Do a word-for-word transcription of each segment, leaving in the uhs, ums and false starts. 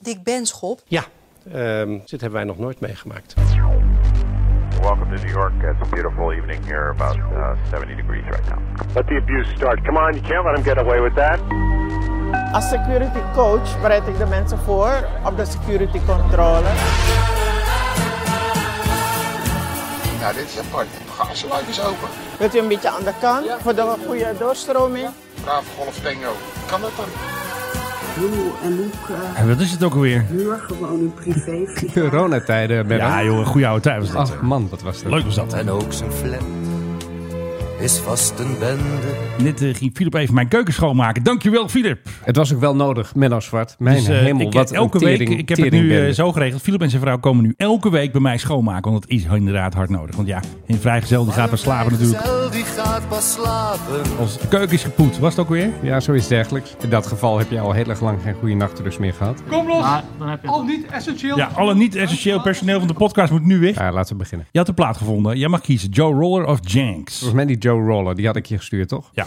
Dick Benschop? Ja, um, dit hebben wij nog nooit meegemaakt. Welcome to New York. It's a beautiful evening here, about uh, seventy degrees right now. Let the abuse start. Come on, you can't let him get away with that. Als security coach bereid ik de mensen voor op de security controle. Nou, dit is apart. De gazenluik is open. Wilt u een beetje aan de kant ja. voor de goede doorstroming? Brave golf tango. Kan dat dan? Lou en Loek. Uh, en wat is het ook alweer? Huur gewoon een privé. Coronatijden. Ja joh, een goede oude tijd was dat. Ach man, wat was dat? Leuk was dat. En ook zijn flat is vast een bende. Net uh, ging Philip even mijn keuken schoonmaken. Dankjewel, Philip. Het was ook wel nodig, Menno Zwart. Mijn dus, uh, hemel, ik, wat elke een tering, week. Ik heb het nu uh, zo geregeld. Philip en zijn vrouw komen nu elke week bij mij schoonmaken. Want het is inderdaad hard nodig. Want ja, een vrijgezel die gaat pas slapen natuurlijk. Die gaat pas slapen. Als de keuken is gepoet. Was het ook weer? Ja, zoiets dergelijks. In dat geval heb je al heel erg lang geen goede nachtrust meer gehad. Kom los! Maar, dan heb je al niet essentieel. Ja, alle niet essentieel personeel van de podcast moet nu weg. Ja, laten we beginnen. Je had de plaat gevonden. Jij mag kiezen. Joe Roller of Janks. Volgens mij die Joe Roller. Die had ik je gestuurd, toch? Ja.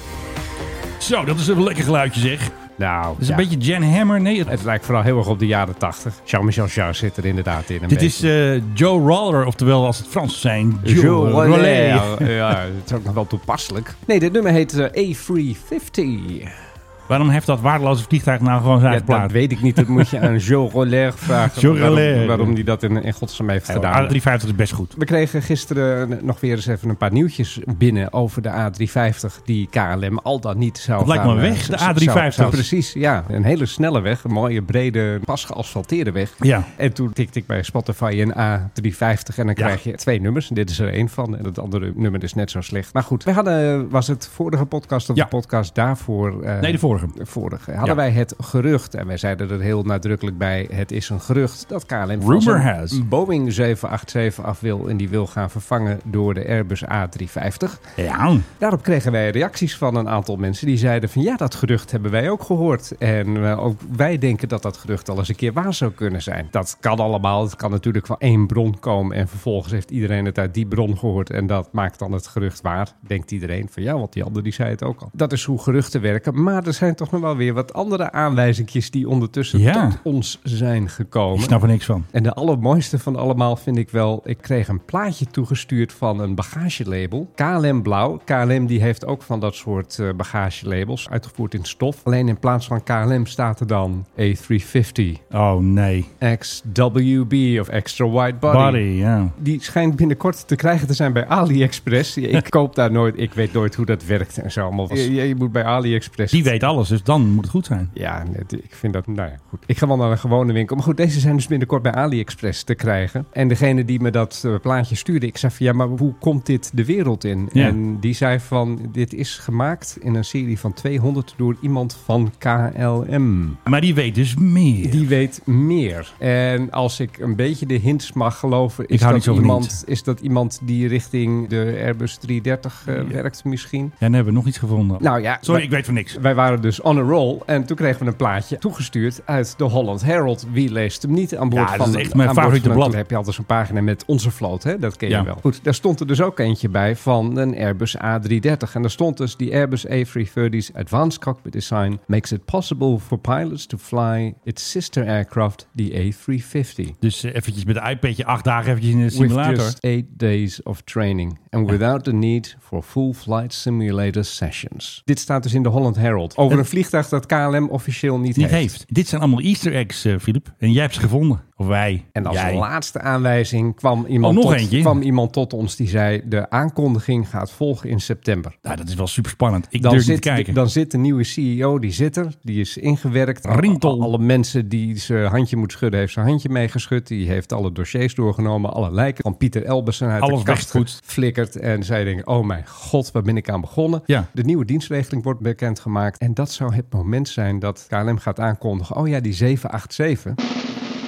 Zo, dat is een lekker geluidje zeg. Nou, dat is ja. een beetje Jan Hammer. Nee, het... het lijkt vooral heel erg op de jaren tachtig. Jean-Michel Jarre zit er inderdaad in. Een Dit beetje. is uh, Joe Roller, oftewel als het Frans zijn. Joe, Joe Roller. Roller. Ja, het is ook nog wel toepasselijk. Nee, dit nummer heet uh, A driehonderdvijftig. Waarom heeft dat waardeloze vliegtuig nou gewoon zijn eigen ja, plaat? Dat weet ik niet. Dat moet je aan Joe Roller vragen. Joe Roller. Waarom, waarom die dat in, in godsnaam heeft ja, gedaan. A driehonderdvijftig is best goed. We kregen gisteren nog weer eens even een paar nieuwtjes binnen over de A driehonderdvijftig die K L M al dan niet zou het gaan. Het lijkt me weg, de A driehonderdvijftig. Zou, zou, precies, ja. Een hele snelle weg. Een mooie, brede, pas geasfalteerde weg. Ja. En toen tikte ik bij Spotify een A driehonderdvijftig en dan ja. krijg je twee nummers. En dit is er één van. En het andere nummer is net zo slecht. Maar goed, we hadden, was het vorige podcast of ja. de podcast daarvoor? Uh, nee, de vorige. De vorige. Hadden ja. wij het gerucht, en wij zeiden er heel nadrukkelijk bij, het is een gerucht dat K L M Rumor has. een Boeing zeven acht zeven af wil en die wil gaan vervangen door de Airbus A driehonderdvijftig. Ja. Daarop kregen wij reacties van een aantal mensen die zeiden van ja, dat gerucht hebben wij ook gehoord. En uh, ook wij denken dat dat gerucht al eens een keer waar zou kunnen zijn. Dat kan allemaal. Het kan natuurlijk van één bron komen en vervolgens heeft iedereen het uit die bron gehoord en dat maakt dan het gerucht waar. Denkt iedereen van ja, want die ander die zei het ook al. Dat is hoe geruchten werken, maar er zijn toch nog wel weer wat andere aanwijzingjes die ondertussen ja. tot ons zijn gekomen. Ik snap er niks van. En de allermooiste van allemaal vind ik wel, ik kreeg een plaatje toegestuurd van een bagagelabel. K L M Blauw. K L M die heeft ook van dat soort uh, bagagelabels, uitgevoerd in stof. Alleen in plaats van K L M staat er dan A driehonderdvijftig. Oh nee. X W B of Extra Wide Body. Body, ja. Die schijnt binnenkort te krijgen te zijn bij AliExpress. Ik koop daar nooit, ik weet nooit hoe dat werkt en zo allemaal. Je, je moet bij AliExpress. Die weet alles, dus dan moet het goed zijn. Ja, nee, ik vind dat, nou ja, goed. Ik ga wel naar een gewone winkel. Maar goed, deze zijn dus binnenkort bij AliExpress te krijgen. En degene die me dat uh, plaatje stuurde, ik zei van ja, maar hoe komt dit de wereld in? Ja. En die zei van, dit is gemaakt in een serie van tweehonderd door iemand van K L M. Maar die weet dus meer. Die weet meer. En als ik een beetje de hints mag geloven, is, dat iemand, is dat iemand die richting de Airbus driehonderddertig uh, ja. werkt misschien. Ja, dan hebben we nog iets gevonden. Nou ja. Sorry, wij, ik weet van niks. Wij waren dus on a roll en toen kregen we een plaatje toegestuurd uit de Holland Herald. Wie leest hem niet aan boord ja, van? Dat is echt mijn favoriete blad. Dan heb je altijd zo'n pagina met onze vloot, hè? Dat ken je ja. wel. Goed, daar stond er dus ook eentje bij van een Airbus A driehonderddertig. En daar stond dus die Airbus A driehonderddertig's Advanced Cockpit Design makes it possible for pilots to fly its sister aircraft, the A driehonderdvijftig. Dus uh, eventjes met een iPadje acht dagen eventjes in de simulator. With just eight days of training and without the need for full flight simulator sessions. Dit staat dus in de Holland Herald. Over een vliegtuig dat K L M officieel niet, niet heeft. heeft. Dit zijn allemaal Easter eggs, uh, Philip. En jij hebt ze gevonden. Of wij. En als jij. laatste aanwijzing kwam iemand, oh, nog tot, kwam iemand tot ons die zei, de aankondiging gaat volgen in september. Nou, dat is wel super spannend. Ik dan durf zit, niet te kijken. Dan zit de nieuwe C E O, die zit er. Die is ingewerkt. Rintel. Alle mensen die zijn handje moet schudden, heeft zijn handje meegeschud. Die heeft alle dossiers doorgenomen. Alle lijken van Pieter Elbersen uit alles de kast geflikkerd. En zij denken, oh mijn god, waar ben ik aan begonnen? Ja. De nieuwe dienstregeling wordt bekendgemaakt. En dat zou het moment zijn dat K L M gaat aankondigen. Oh ja, die zeven acht zeven...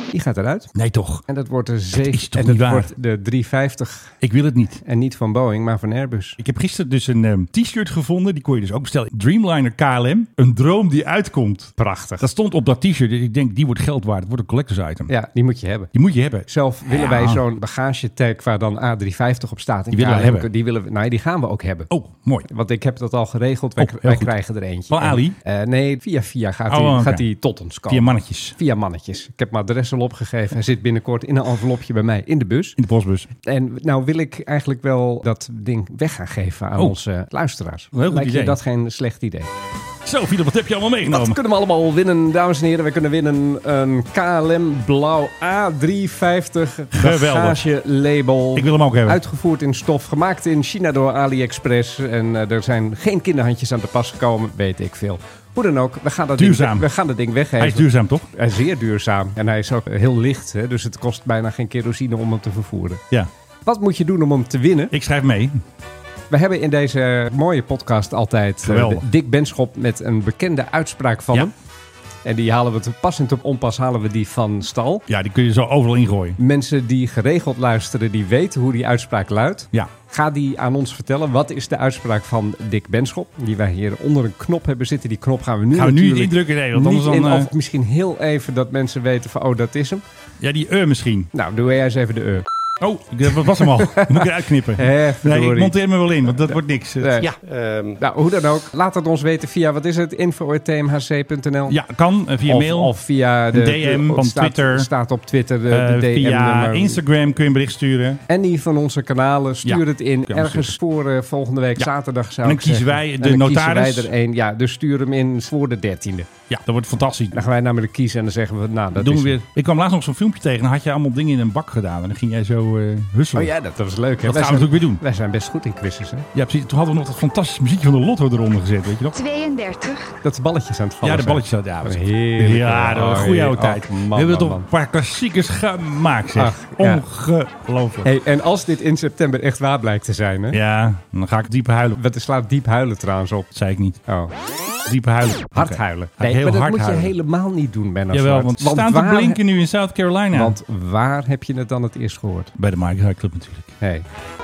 Die gaat eruit. Nee, toch? En dat wordt de Dat is zeven toch en niet dat waar? wordt de driehonderdvijftig. Ik wil het niet. En niet van Boeing, maar van Airbus. Ik heb gisteren dus een um, t-shirt gevonden. Die kon je dus ook bestellen. Dreamliner K L M. Een droom die uitkomt. Prachtig. Dat stond op dat t-shirt. Dus ik denk, die wordt geld waard. Het wordt een collectors item. Ja, die moet je hebben. Die moet je hebben. Zelf willen Ja. wij zo'n bagagetag waar dan A driehonderdvijftig op staat. Die willen we K L M, hebben. Die, willen we, nou, die gaan we ook hebben. Oh, mooi. Want ik heb dat al geregeld. Wij, Oh, heel wij goed. krijgen er eentje. Van En, Ali? eh, nee, via via gaat Oh, die, oké. gaat die tot ons komen. Via mannetjes. Via mannetjes. Ik heb mijn adres al opgegeven. Hij zit binnenkort in een envelopje bij mij in de bus. In de postbus. En nou wil ik eigenlijk wel dat ding weg gaan geven aan Oh. onze luisteraars. Heel goed Lijkt je idee. dat geen slecht idee? Zo, Philip, wat heb je allemaal Dat meegenomen? kunnen we allemaal winnen, dames en heren. We kunnen winnen een K L M Blauw A driehonderdvijftig Geweldig. bagagelabel. Ik wil hem ook hebben. Uitgevoerd in stof, gemaakt in China door AliExpress. En uh, er zijn geen kinderhandjes aan te pas gekomen, weet ik veel. Hoe dan ook, we gaan dat, Duurzaam. ding, we gaan dat ding weggeven. Hij is duurzaam, toch? Hij is zeer duurzaam. En hij is ook heel licht, hè? Dus het kost bijna geen kerosine om hem te vervoeren. Ja. Wat moet je doen om hem te winnen? Ik schrijf mee. We hebben in deze mooie podcast altijd uh, Geweldig. Dick Benschop met een bekende uitspraak van Ja. hem. En die halen we te pas en te onpas halen we die van stal. Ja, die kun je zo overal ingooien. Mensen die geregeld luisteren, die weten hoe die uitspraak luidt. Ja. Ga die aan ons vertellen. Wat is de uitspraak van Dick Benschop? Die wij hier onder een knop hebben zitten. Die knop gaan we nu Gaan we nu natuurlijk indrukken? Nee, want niet anders dan... in, eh, of misschien heel even dat mensen weten van, oh, dat is hem. Ja, die e misschien. Nou, doe jij eens even de e. Oh, dat was hem al. Die moet ik eruit knippen. Hè, Nee, verdorie. ik monteer me wel in, want dat wordt niks. Nee. Ja. Nou, hoe dan ook. Laat het ons weten via, wat is het? info at t m h c punt n l Ja, kan. eh, Via of, mail. Of via de, Een D M de- van staat, Twitter. Staat op Twitter de, Eh, de D M. via nummer. Instagram kun je een bericht sturen. Any van onze kanalen. Stuur Ja, het in. kan Ergens voor uh, volgende week Ja. zaterdag zou En ik dan kiezen zeggen. wij En de dan notaris. kiezen wij er één. Ja, dus stuur hem in voor de dertiende. Ja, dat wordt fantastisch. Dan gaan wij namelijk kiezen en dan zeggen we, nou, dat Doen is we hem. weer. Ik kwam laatst nog zo'n filmpje tegen. Dan had je allemaal dingen in een bak gedaan. En dan ging jij zo eh husselen. Oh ja, dat was leuk. Hè? Dat Wij gaan we zijn, natuurlijk weer doen. wij zijn best goed in quizzes, hè? Ja, precies. Toen hadden we nog dat fantastische muziekje van de Lotto eronder gezet. Weet je nog? tweeëndertig. Dat de balletjes aan het vallen Ja, de zijn. balletjes. Ja, was Heerlijk. ja, dat was een goede oude Oh, tijd. man, we hebben man, toch man. een paar klassiekers gemaakt, zeg. Ach, ja. Ongelooflijk. Hey, en als dit in september echt waar blijkt te zijn, hè? Ja, dan ga ik diep huilen. Wat er slaat diep huilen trouwens op. Dat zei ik niet. Oh. Diep huilen. Hard Oké. huilen. Ga ik Nee, heel maar dat hard moet huilen. je helemaal niet doen, Menno Jawel, Zwart. want ze staan te waar- blinken nu in South Carolina. Want waar heb je het dan het eerst gehoord? Bij de Mike High Club natuurlijk. Hey.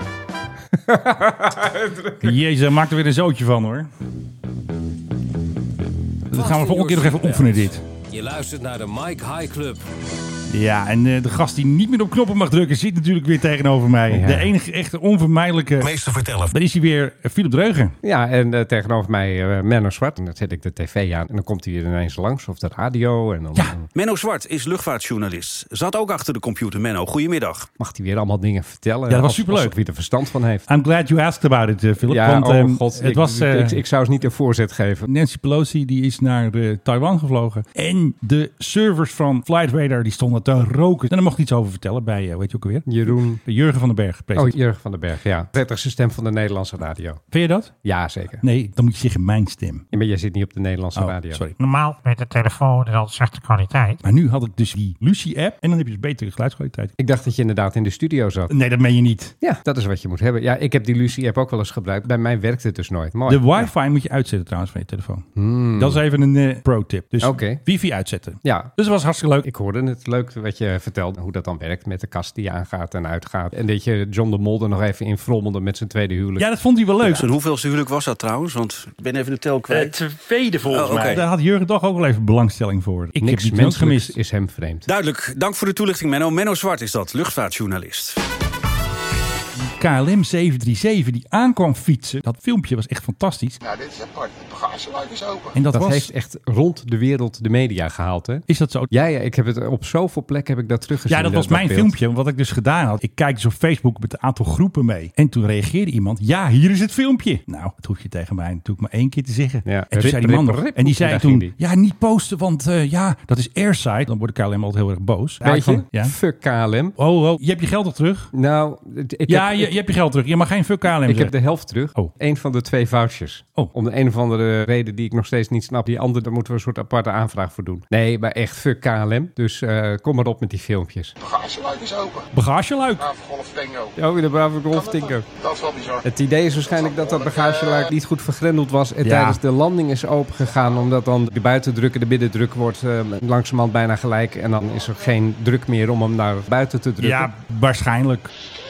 Jezus, maak er weer een zootje van, hoor. Dat gaan we volgende keer nog even oefenen, dit. Je luistert naar de Mike High Club. Ja, en uh, de gast die niet meer op knoppen mag drukken, zit natuurlijk weer tegenover mij. Ja. De enige echte onvermijdelijke Meester vertellen. Dan is hij weer uh, Philip Dreugen. Ja, en uh, tegenover mij uh, Menno Zwart. En dan zet ik de tv aan en dan komt hij ineens langs. Of de radio. En dan Ja. Menno Zwart is luchtvaartjournalist. Zat ook achter de computer. Menno, goedemiddag. mag hij weer allemaal dingen vertellen. Ja, dat was Als- superleuk. Alsof hij er verstand van heeft. I'm glad you asked about it, uh, Philip. Ja, want oh um, god. het ik, was, uh, ik, ik zou eens niet een voorzet geven. Nancy Pelosi die is naar uh, Taiwan gevlogen. En de servers van Flight Radar die stonden te roken. En daar mocht ik iets over vertellen bij, uh, weet je ook alweer? Jeroen. Jurgen van den Berg. Oh, president. Jurgen van den Berg, ja. Prettigste stem van de Nederlandse radio. Vind je dat? Ja, zeker. Nee, dan moet je zeggen mijn stem. Ja, maar jij zit niet op de Nederlandse Oh, radio. sorry. Normaal met de telefoon en dan slechte kwaliteit. Maar nu had ik dus die Lucie-app en dan heb je dus betere geluidskwaliteit. Ik dacht dat je inderdaad in de studio zat. Nee, dat meen je niet. Ja, dat is wat je moet hebben. Ja, ik heb die Lucie-app ook wel eens gebruikt. Bij mij werkt het dus nooit. Mooi. De wifi moet je uitzetten trouwens van je telefoon. Hmm. Dat is even een uh, pro-tip. Dus Oké. wifi uitzetten. Ja, Dus dat was hartstikke leuk. ik hoorde het leuk wat je vertelde. Hoe dat dan werkt met de kast die aangaat en uitgaat. En dat je John de Mol er nog even in frommelde met zijn tweede huwelijk. Ja, dat vond hij wel leuk. Zijn hoeveelste huwelijk was dat trouwens? Want ik ben even de tel kwijt. tweede volgens Oh, oké. Daar had Jurgen toch ook wel even belangstelling voor. Ik heb Niks die ook menselijks gemist. is hem vreemd. Duidelijk. Dank voor de toelichting, Menno. Menno Zwart is dat, luchtvaartjournalist. K L M zeven drie zeven die aankwam fietsen. Dat filmpje was echt fantastisch. Nou, dit is apart. De bagageluik is open. En dat, Dat was... heeft echt rond de wereld de media gehaald, hè? Is dat zo? Ja, ja, ik heb het op zoveel plekken heb ik dat teruggezien. Ja, dat was mijn beeld. filmpje. Wat ik dus gedaan had. Ik kijk dus op Facebook met een aantal groepen mee. En toen reageerde iemand. Ja, hier is het filmpje. Nou, dat hoef je tegen mij natuurlijk maar één keer te zeggen. Ja. En toen Rip, zei die man rip, nog. rip. En die En zei daar toen. ging die. Ja, niet posten, want uh, ja, dat is airside. Dan wordt de K L M altijd heel erg boos. Weet je? Van, ja. Fuck K L M. Oh, oh, je hebt je geld al terug. Nou, ik Ja, heb, je- ik je hebt je geld terug. Je mag geen fuck K L M Ik zeggen. heb de helft terug. Oh. Eén van de twee vouchers. Oh. Om de een of andere reden die ik nog steeds niet snap. Die andere, daar moeten we een soort aparte aanvraag voor doen. Nee, maar echt fuck K L M. Dus uh, kom maar op met die filmpjes. Bagageluik is open. Bagageluik? Bravo Golf Tango. Oh, de Bravo Golf Tango. Dat is wel bizar. Het idee is waarschijnlijk dat dat bagageluik niet goed vergrendeld was. En Ja. tijdens de landing is open gegaan. Omdat dan de buitendruk en de binnendruk wordt uh, langzamerhand bijna gelijk. En dan is er geen druk meer om hem naar buiten te drukken. Ja, waarschijnlijk.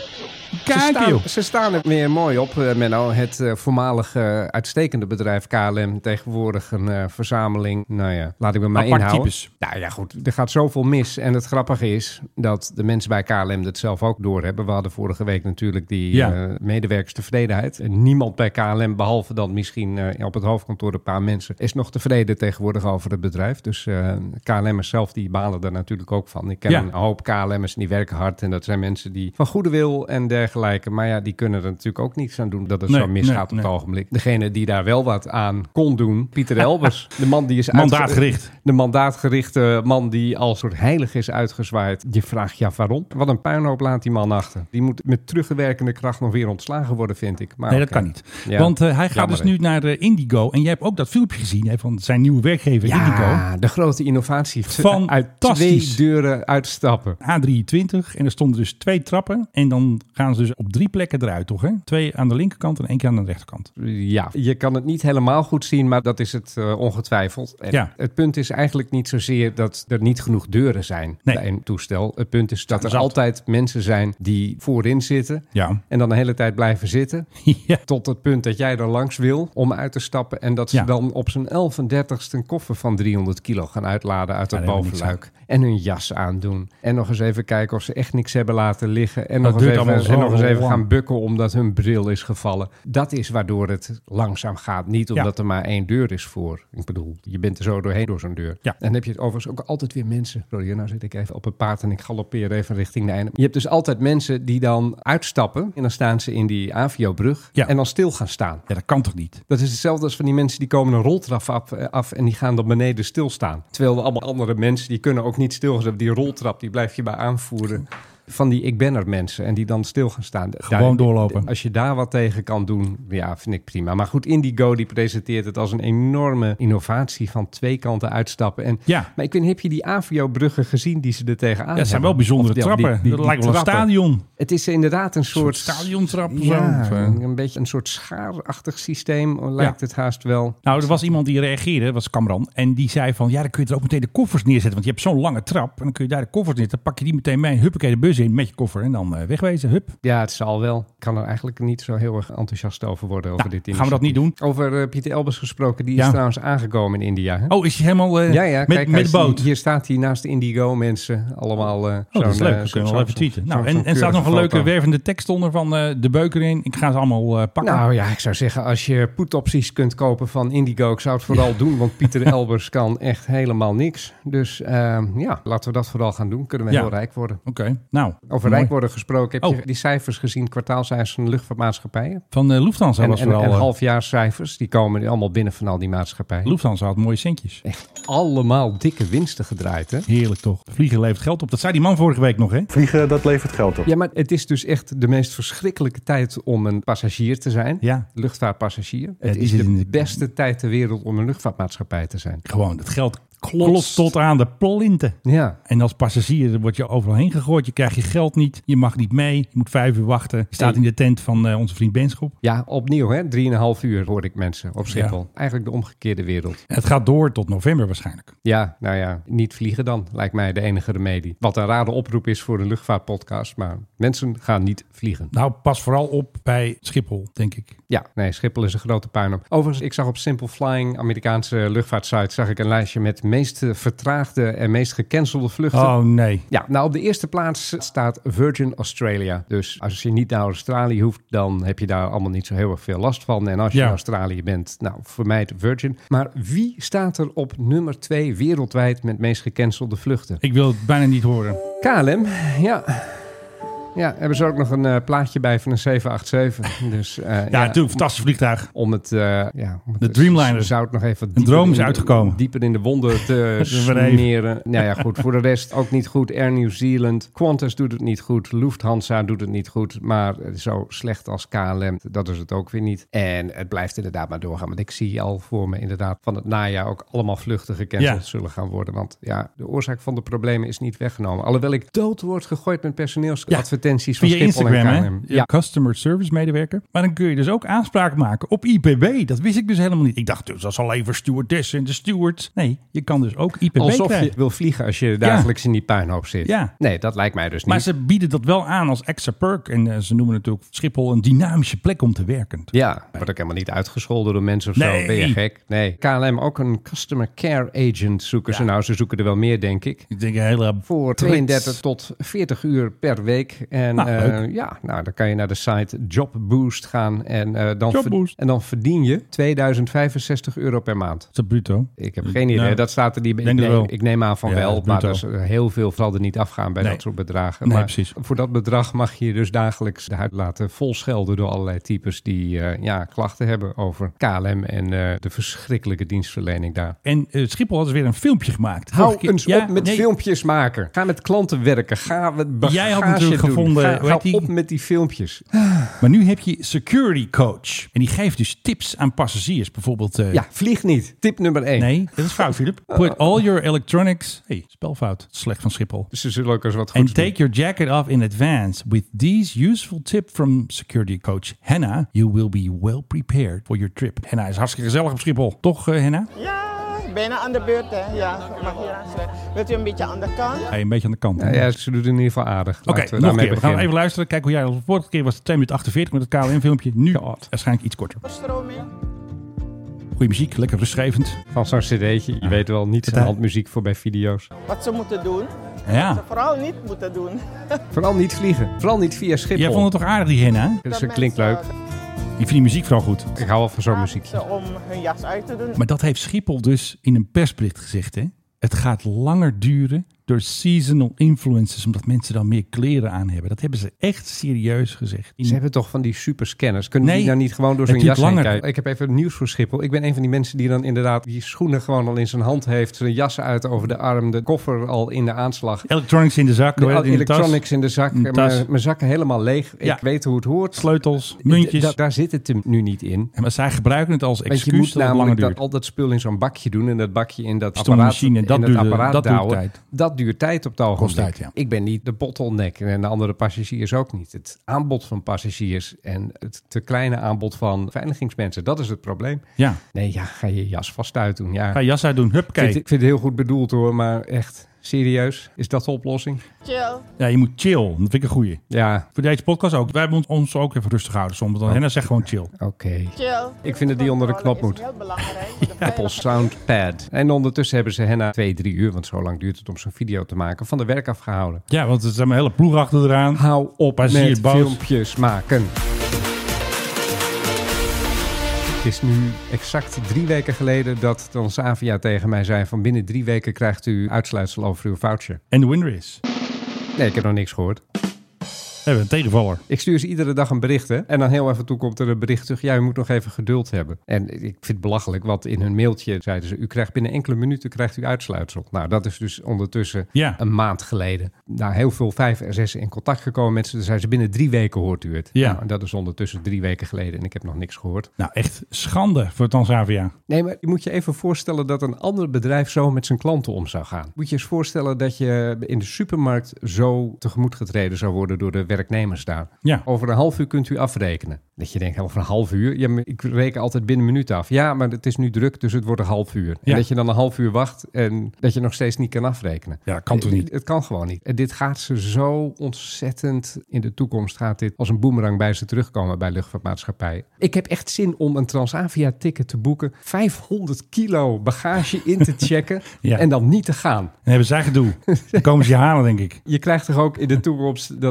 Ze Kijk, staan, joh. ze staan er weer mooi op, uh, Menno. Het uh, voormalig uh, uitstekende bedrijf K L M. Tegenwoordig een uh, verzameling. Nou ja, laat ik me maar Apart inhouden. types. Nou ja, goed. Er gaat zoveel mis. En het grappige is dat de mensen bij K L M dat zelf ook doorhebben. We hadden vorige week natuurlijk die Ja. uh, medewerkerstevredenheid. En niemand bij K L M, behalve dan misschien uh, op het hoofdkantoor een paar mensen, is nog tevreden tegenwoordig over het bedrijf. Dus uh, K L M'ers zelf, die balen er natuurlijk ook van. Ik ken Ja. een hoop K L M'ers en die werken hard. En dat zijn mensen die van goede wil en dergelijke. Maar ja, die kunnen er natuurlijk ook niets aan doen dat het Nee, zo misgaat nee, op het nee. ogenblik. Degene die daar wel wat aan kon doen, Pieter Elbers. De man die is uitge- Mandaatgericht. De mandaatgerichte man die als soort heilig is uitgezwaaid. Je vraagt ja waarom? Wat een puinhoop laat die man achter. Die moet met terugwerkende kracht nog weer ontslagen worden, vind ik. Maar Nee, oké. dat kan niet. Ja. Want uh, hij gaat Jammer, dus nu naar uh, Indigo. En jij hebt ook dat filmpje gezien hè, van zijn nieuwe werkgever Indigo. Ja, de grote innovatie. Uit Fantastisch. twee deuren uitstappen. A drieëntwintig. En er stonden dus twee trappen. En dan gaan ze dus op drie plekken eruit, toch? Hè? Twee aan de linkerkant en één keer aan de rechterkant. Ja, je kan het niet helemaal goed zien, maar dat is het uh, ongetwijfeld. En Ja. Het punt is eigenlijk niet zozeer dat er niet genoeg deuren zijn Nee. bij een toestel. Het punt is dat er Zat. altijd mensen zijn die voorin zitten Ja. en dan de hele tijd blijven zitten. ja. Tot het punt dat jij er langs wil om uit te stappen. En dat ze Ja. dan op zijn elfendertigste een koffer van driehonderd kilo gaan uitladen uit Ja, het daar hebben we bovenluik. En hun jas aandoen. En nog eens even kijken of ze echt niks hebben laten liggen. En Dat nog eens duurt even, allemaal zo en nog eens even lang. gaan bukken omdat hun bril is gevallen. Dat is waardoor het langzaam gaat. Niet omdat er maar één deur is voor. Ik bedoel, je bent er zo doorheen door zo'n deur. Ja. En dan heb je het overigens ook altijd weer mensen. Sorry, nou zit ik even op het paard en ik galoppeer even richting de einde. Je hebt dus altijd mensen die dan uitstappen. En dan staan ze in die Avio-brug. Ja. En dan stil gaan staan. Ja, dat kan toch niet? Dat is hetzelfde als van die mensen die komen een roltrap af, eh, af en die gaan dan beneden stilstaan. Terwijl er allemaal andere mensen, die kunnen ook niet stilstaan. Die roltrap, die blijf je bij aanvoeren. Van die ik ben er mensen en die dan stil gaan staan. Gewoon Daar- doorlopen. Als je daar wat tegen kan doen, ja, vind ik prima. Maar goed, Indigo die presenteert het als een enorme innovatie van twee kanten uitstappen. En, Ja. Maar ik weet niet, heb je die Avio-bruggen gezien die ze er tegenaan Ja, het zijn hebben? wel bijzondere Of die- trappen. die- die- dat die lijkt wel een trappen. stadion. Het is inderdaad een soort... soort stadiontrap of ja, zo, of, uh, een beetje een soort schaarachtig systeem lijkt het haast wel. Nou, er was iemand die reageerde, dat was Kamran. En die zei van, ja, dan kun je er ook meteen de koffers neerzetten. Want je hebt zo'n lange trap. En dan kun je daar de koffers neerzetten. Dan pak je die meteen mee. Huppakee de bus in met je koffer. En dan uh, wegwezen. Hup. Ja, het zal wel. Ik kan er eigenlijk niet zo heel erg enthousiast over worden. Over Nou, dit gaan we dat niet initiatief. doen? Over uh, Pieter Elbers gesproken. Die Ja. is trouwens aangekomen in India. Hè? Oh, is hij helemaal uh, ja, ja, met, kijk, hij met is- de boot? Hier staat hij naast de Indigo mensen. Allemaal uh, Oh, dat is zo'n, leuk. uh, Dat zo- kunnen we wel zo- even tweeten. zo- Nou, zo'n en, en er staat nog een keurige leuke foto. wervende tekst onder van uh, de beuker in. Ik ga ze allemaal uh, pakken. Nou ja, ik zou zeggen, als je put-opties kunt kopen van Indigo, ik zou het vooral doen, want Pieter Elbers kan echt helemaal niks. Dus uh, ja, laten we dat vooral gaan doen. Kunnen we Ja. heel rijk worden. Oké, okay. nou. Over mooi. rijk worden gesproken, heb Oh. je die cijfers gezien, kwartaalcijfers van de luchtvaartmaatschappijen? Van uh, Lufthansa En, was en, vooral... en uh, halfjaarscijfers, die komen allemaal binnen van al die maatschappijen. Lufthansa had mooie centjes. Echt allemaal dikke winsten gedraaid, hè? Heerlijk toch. Vliegen levert geld op. Dat zei die man vorige week nog, hè? Vliegen, dat levert geld op. Ja, maar het is dus echt de meest verschrikkelijke tijd om een passagier te zijn. Ja. Luchtvaartpassagier. Het die is zit de in de- beste tijd ter wereld om een luchtvaartmaatschappij te zijn. Gewoon, het geld klopt tot aan de plinten. Ja. En als passagier word je overal heen gegooid. Je krijgt je geld niet. Je mag niet mee. Je moet vijf uur wachten. Je staat in de tent van uh, onze vriend Benschop. Ja, opnieuw hè. Drieënhalf uur hoorde ik mensen op Schiphol. Ja. Eigenlijk de omgekeerde wereld. En het gaat door tot november waarschijnlijk. Ja, nou ja, niet vliegen dan. Lijkt mij de enige remedie. Wat een rare oproep is voor een luchtvaartpodcast. Maar mensen gaan niet vliegen. Nou, pas vooral op bij Schiphol, denk ik. Ja, nee, Schiphol is een grote puinhoop. Overigens, ik zag op Simple Flying, Amerikaanse luchtvaartsite, zag ik een lijstje met meest vertraagde en meest gecancelde vluchten. Oh nee. Ja, nou op de eerste plaats staat Virgin Australia. Dus als je niet naar Australië hoeft, dan heb je daar allemaal niet zo heel erg veel last van. En als je Ja. in Australië bent, nou, vermijd Virgin. Maar wie staat er op nummer twee wereldwijd met meest gecancelde vluchten? Ik wil het bijna niet horen. K L M, ja. Ja, hebben ze ook nog een uh, plaatje bij van een zeven acht zeven. Dus, uh, ja, ja, natuurlijk, fantastisch vliegtuig. Om het, uh, ja, om het de Dreamliner. Zou het nog even een droom is in, uitgekomen. Dieper in de wonden te smeren. Nou ja, goed. Voor de rest ook niet goed. Air New Zealand. Qantas doet het niet goed. Lufthansa doet het niet goed. Maar zo slecht als K L M, dat is het ook weer niet. En het blijft inderdaad maar doorgaan. Want ik zie al voor me inderdaad van het najaar ook allemaal vluchten gecanceld ja. zullen gaan worden. Want ja, de oorzaak van de problemen is niet weggenomen. Alhoewel ik dood word gegooid met personeelsadvertenties ja. van Via Schiphol Instagram, en K L M. Hè? Ja. Customer service medewerker. Maar dan kun je dus ook aanspraak maken op I P B. Dat wist ik dus helemaal niet. Ik dacht dus, dat is alleen voor stewardessen en de stewards. Nee, je kan dus ook I P B Alsof krijgen. je wil vliegen als je dagelijks ja. in die puinhoop zit. Ja. Nee, dat lijkt mij dus niet. Maar ze bieden dat wel aan als extra perk. En uh, ze noemen natuurlijk Schiphol een dynamische plek om te werken. Ja, wordt ook helemaal niet uitgescholden door mensen of nee. zo. Ben je gek? Nee. K L M ook een customer care agent zoeken ja. ze. Nou, ze zoeken er wel meer, denk ik. Ik denk een hele... Voor tweeëndertig tot veertig uur per week. En nou, uh, ja, nou, dan kan je naar de site Jobboost gaan. En, uh, dan, Jobboost. ver- en dan verdien je tweeduizend vijfenzestig euro per maand. Is dat bruto? Ik heb geen idee. Nou, dat staat er niet bij. Ik, neem, ik neem aan van ja, wel. Maar dus, uh, heel veel zal er niet afgaan bij nee. dat soort bedragen. Nee, maar precies. Voor dat bedrag mag je dus dagelijks de huid laten volschelden door allerlei types die uh, ja, klachten hebben over K L M en uh, de verschrikkelijke dienstverlening daar. En uh, Schiphol had dus weer een filmpje gemaakt. Hou eens ja, op met nee. filmpjes maken. Ga met klanten werken. Ga met bagage Jij had natuurlijk doen. gevonden... Ga, ga die... op met die filmpjes. Maar nu heb je security coach. En die geeft dus tips aan passagiers. Bijvoorbeeld... Uh... Ja, vlieg niet. Tip nummer één. Nee, dat is fout, Philip. Put all your electronics... hey, spelfout. Slecht van Schiphol. Dus ze zullen ook eens wat goeds And take your jacket off in advance. With these useful tip from security coach Henna, you will be well prepared for your trip. Henna is hartstikke gezellig op Schiphol. Toch, uh, Henna? Ja, bijna aan de beurt, hè. Ja, mag hier aansluiten. Wilt u een beetje aan de kant? Hey, een beetje aan de kant. Ja, ja, ze doet het in ieder geval aardig. Oké, okay, nog een keer. We gaan even luisteren. Kijk hoe jij... De vorige keer was het twee minuten achtenveertig met het K L M-filmpje. Nu God. Waarschijnlijk iets korter. Goeie muziek, lekker rustgevend. Van zo'n cd'tje. Je weet wel, niet zijn handmuziek voor bij video's. Wat ze moeten doen. Ja. Wat ze vooral niet moeten doen. Vooral niet vliegen. Vooral niet via Schiphol. Jij vond het toch aardig, die Henna? Dus dat klinkt leuk. Ik vind die muziek vooral goed. Ik hou wel van zo'n muziek. Om hun jas uit te doen. Maar dat heeft Schiphol dus in een persbericht gezegd, hè? Het gaat langer duren door seasonal influencers, omdat mensen dan meer kleren aan hebben. Dat hebben ze echt serieus gezegd. Ze hebben toch van die superscanners. Kunnen nee, die nou niet gewoon door zijn jas heen kijken? Ik heb even nieuws voor Schiphol. Ik ben een van die mensen die dan inderdaad die schoenen gewoon al in zijn hand heeft. Zijn jas uit over de arm. De koffer al in de aanslag. Electronics in de zak. De, in electronics de in de zak. In mijn, mijn zakken helemaal leeg. Ja. Ik weet hoe het hoort. Sleutels, muntjes. Da, daar zit het hem nu niet in. En maar zij gebruiken het als excuus. Want je moet dat namelijk dat, al dat spul in zo'n bakje doen. En dat bakje in dat apparaat, machine, dat in duurde, het apparaat dat douwen. duurt tijd. Dat duurt tijd op het ogenblik. Tijd, ja. Ik ben niet de bottleneck en de andere passagiers ook niet. Het aanbod van passagiers en het te kleine aanbod van veiligingsmensen, dat is het probleem. Ja. Nee, ja, ga je jas vast uit doen. Ja. Ga je jas uit doen, huppakee. Ik vind, ik vind het heel goed bedoeld hoor, maar echt... Serieus? Is dat de oplossing? Chill. Ja, je moet chill. Dat vind ik een goeie. Ja. Voor deze podcast ook. Wij hebben ons ook even rustig houden soms. Dan Henna zegt gewoon chill. Oké. Okay. Chill. Ik vind dat die onder de knop moet. Heel belangrijk. Ja. Apple Soundpad. En ondertussen hebben ze Henna twee, drie uur, want zo lang duurt het om zo'n video te maken, van de werk afgehouden. Ja, want er zijn een hele ploeg achter eraan. Hou op met filmpjes maken. Het is nu exact drie weken geleden dat Transavia tegen mij zei van binnen drie weken krijgt u uitsluitsel over uw voucher. En de winner is? Nee, ik heb nog niks gehoord. We hebben een tegenvaller. Ik stuur ze iedere dag een bericht, hè. En dan heel even toe komt er een bericht terug. Ja, u moet nog even geduld hebben. En ik vind het belachelijk, want in hun mailtje zeiden ze... u krijgt binnen enkele minuten krijgt u uitsluitsel. Nou, dat is dus ondertussen ja. een maand geleden. Nou, heel veel vijf R zes in contact gekomen met ze. Dan zeiden ze binnen drie weken hoort u het. Ja. Nou, en dat is ondertussen drie weken geleden en ik heb nog niks gehoord. Nou, echt schande voor Transavia. Nee, maar je moet je even voorstellen dat een ander bedrijf zo met zijn klanten om zou gaan. Moet je eens voorstellen dat je in de supermarkt zo tegemoet getreden zou worden door de werknemers daar. Ja. Over een half uur kunt u afrekenen. Dat je denkt, over een half uur? Ja, maar ik reken altijd binnen een minuut af. Ja, maar het is nu druk, dus het wordt een half uur. Ja. En dat je dan een half uur wacht en dat je nog steeds niet kan afrekenen. Ja, dat kan toch niet? Het, het kan gewoon niet. En dit gaat ze zo ontzettend... In de toekomst gaat dit als een boemerang bij ze terugkomen bij luchtvaartmaatschappijen. Ik heb echt zin om een Transavia-ticket te boeken. vijfhonderd kilo bagage in te checken ja. en dan niet te gaan. Dan hebben zij gedoe. Dan komen ze je halen, denk ik. Je krijgt toch ook in de toekomst dat als je